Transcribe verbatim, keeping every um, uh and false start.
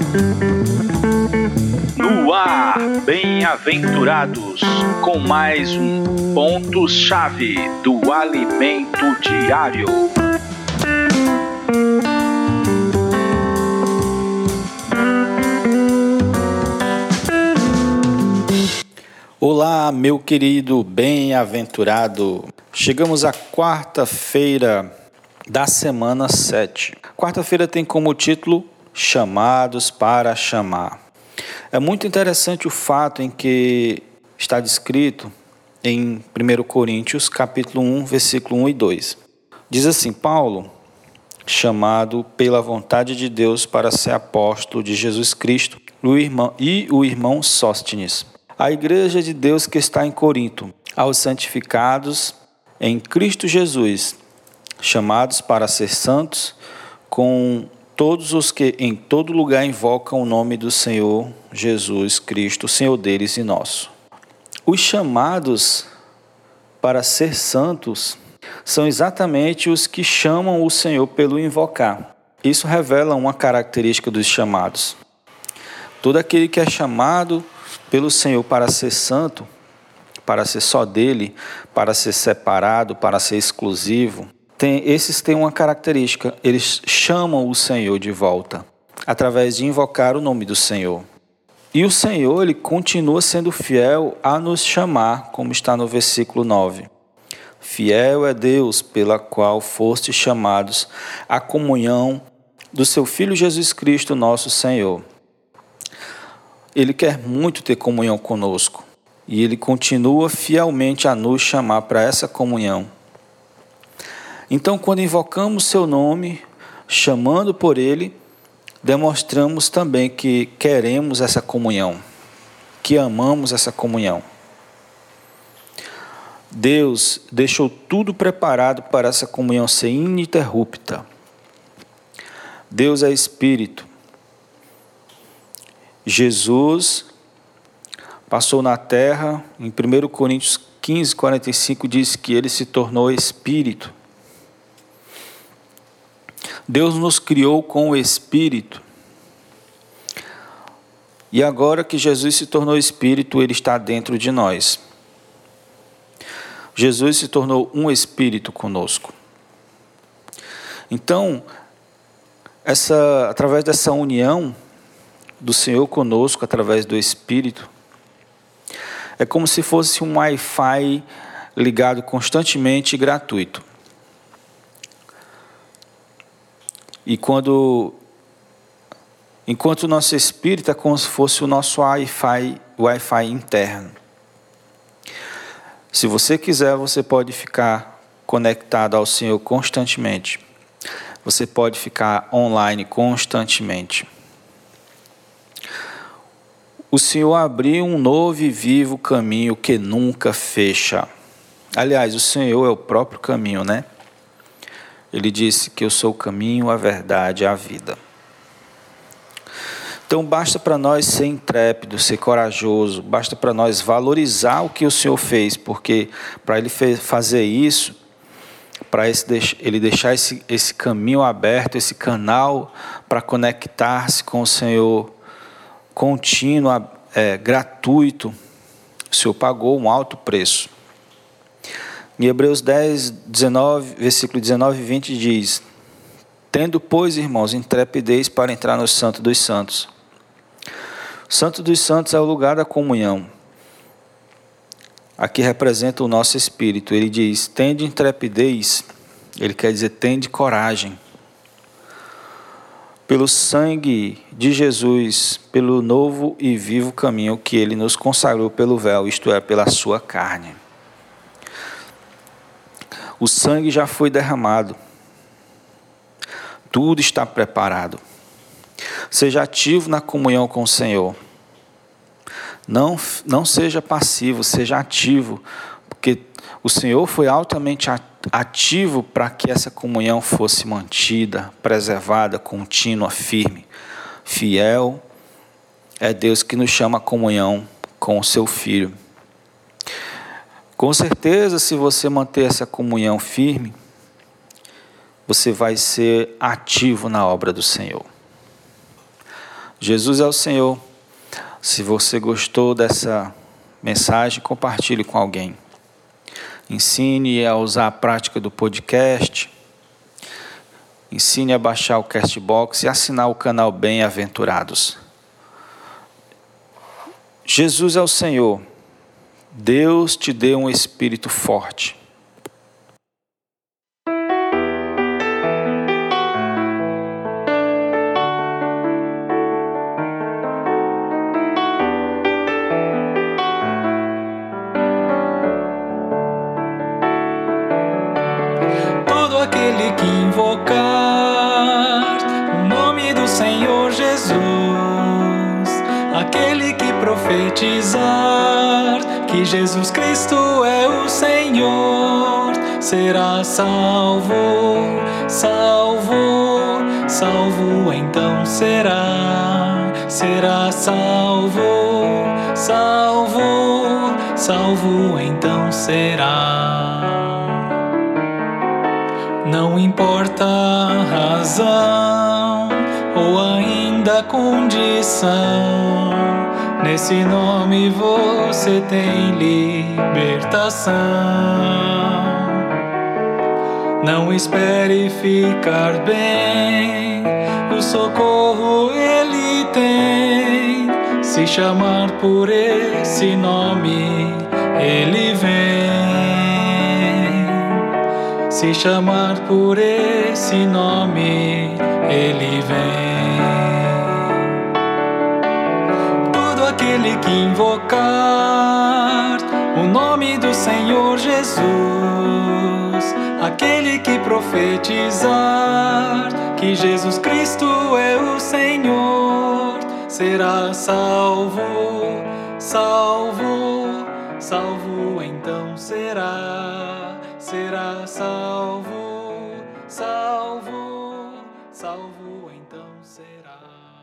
No ar, bem-aventurados, com mais um ponto-chave do alimento diário. Olá, meu querido bem-aventurado. Chegamos à quarta-feira da semana sete. Quarta-feira tem como título Chamados para Chamar. É muito interessante o fato em que está descrito em primeira Coríntios, capítulo um, versículo um e dois. Diz assim: Paulo, chamado pela vontade de Deus para ser apóstolo de Jesus Cristo, o irmão, e o irmão Sóstenes, a igreja de Deus que está em Corinto, aos santificados em Cristo Jesus, chamados para ser santos, com todos os que em todo lugar invocam o nome do Senhor Jesus Cristo, Senhor deles e nosso. Os chamados para ser santos são exatamente os que chamam o Senhor pelo invocar. Isso revela uma característica dos chamados. Todo aquele que é chamado pelo Senhor para ser santo, para ser só dele, para ser separado, para ser exclusivo, tem, esses têm uma característica: eles chamam o Senhor de volta, através de invocar o nome do Senhor. E o Senhor, ele continua sendo fiel a nos chamar, como está no versículo nove. Fiel é Deus, pela qual fostes chamados à comunhão do seu Filho Jesus Cristo, nosso Senhor. Ele quer muito ter comunhão conosco, e Ele continua fielmente a nos chamar para essa comunhão. Então, quando invocamos seu nome, chamando por Ele, demonstramos também que queremos essa comunhão, que amamos essa comunhão. Deus deixou tudo preparado para essa comunhão ser ininterrupta. Deus é Espírito. Jesus passou na terra, em primeira Coríntios quinze, quarenta e cinco, diz que Ele se tornou Espírito. Deus nos criou com o Espírito. E agora que Jesus se tornou Espírito, Ele está dentro de nós. Jesus se tornou um Espírito conosco. Então, essa, através dessa união do Senhor conosco, através do Espírito, é como se fosse um Wi-Fi ligado constantemente e gratuito. E quando, enquanto o nosso Espírito é como se fosse o nosso Wi-Fi, Wi-Fi interno. Se você quiser, você pode ficar conectado ao Senhor constantemente. Você pode ficar online constantemente. O Senhor abriu um novo e vivo caminho que nunca fecha. Aliás, o Senhor é o próprio caminho, né? Ele disse que eu sou o caminho, a verdade e a vida. Então basta para nós ser intrépido, ser corajoso, basta para nós valorizar o que o Senhor fez, porque para Ele fazer isso, para Ele deixar esse, esse caminho aberto, esse canal para conectar-se com o Senhor, contínuo, é, gratuito, o Senhor pagou um alto preço. Em Hebreus dez, dezenove, versículo dezenove e vinte diz: Tendo, pois, irmãos, intrepidez para entrar no Santo dos Santos. O Santo dos Santos é o lugar da comunhão. Aqui representa o nosso espírito. Ele diz: tende intrepidez, ele quer dizer tende coragem. Pelo sangue de Jesus, pelo novo e vivo caminho que Ele nos consagrou pelo véu, isto é, pela sua carne. O sangue já foi derramado. Tudo está preparado. Seja ativo na comunhão com o Senhor. Não, não seja passivo, seja ativo, porque o Senhor foi altamente ativo para que essa comunhão fosse mantida, preservada, contínua, firme. Fiel é Deus que nos chama a comunhão com o seu Filho. Com certeza, se você manter essa comunhão firme, você vai ser ativo na obra do Senhor. Jesus é o Senhor. Se você gostou dessa mensagem, compartilhe com alguém. Ensine a usar a prática do podcast. Ensine a baixar o Castbox e assinar o canal Bem-Aventurados. Jesus é o Senhor. Deus te deu um espírito forte. Todo aquele que invocar o nome do Senhor Jesus, aquele que profetizar que Jesus Cristo é o Senhor, será salvo, salvo, salvo então será, será salvo, salvo, salvo então será. Não importa a razão ou ainda a condição, nesse nome você tem libertação. Não espere ficar bem, o socorro ele tem. Se chamar por esse nome, ele vem. Se chamar por esse nome, ele vem. Todo aquele que invocar o nome do Senhor Jesus, aquele que profetizar que Jesus Cristo é o Senhor, será salvo, salvo, salvo então será, será salvo, salvo, salvo então será.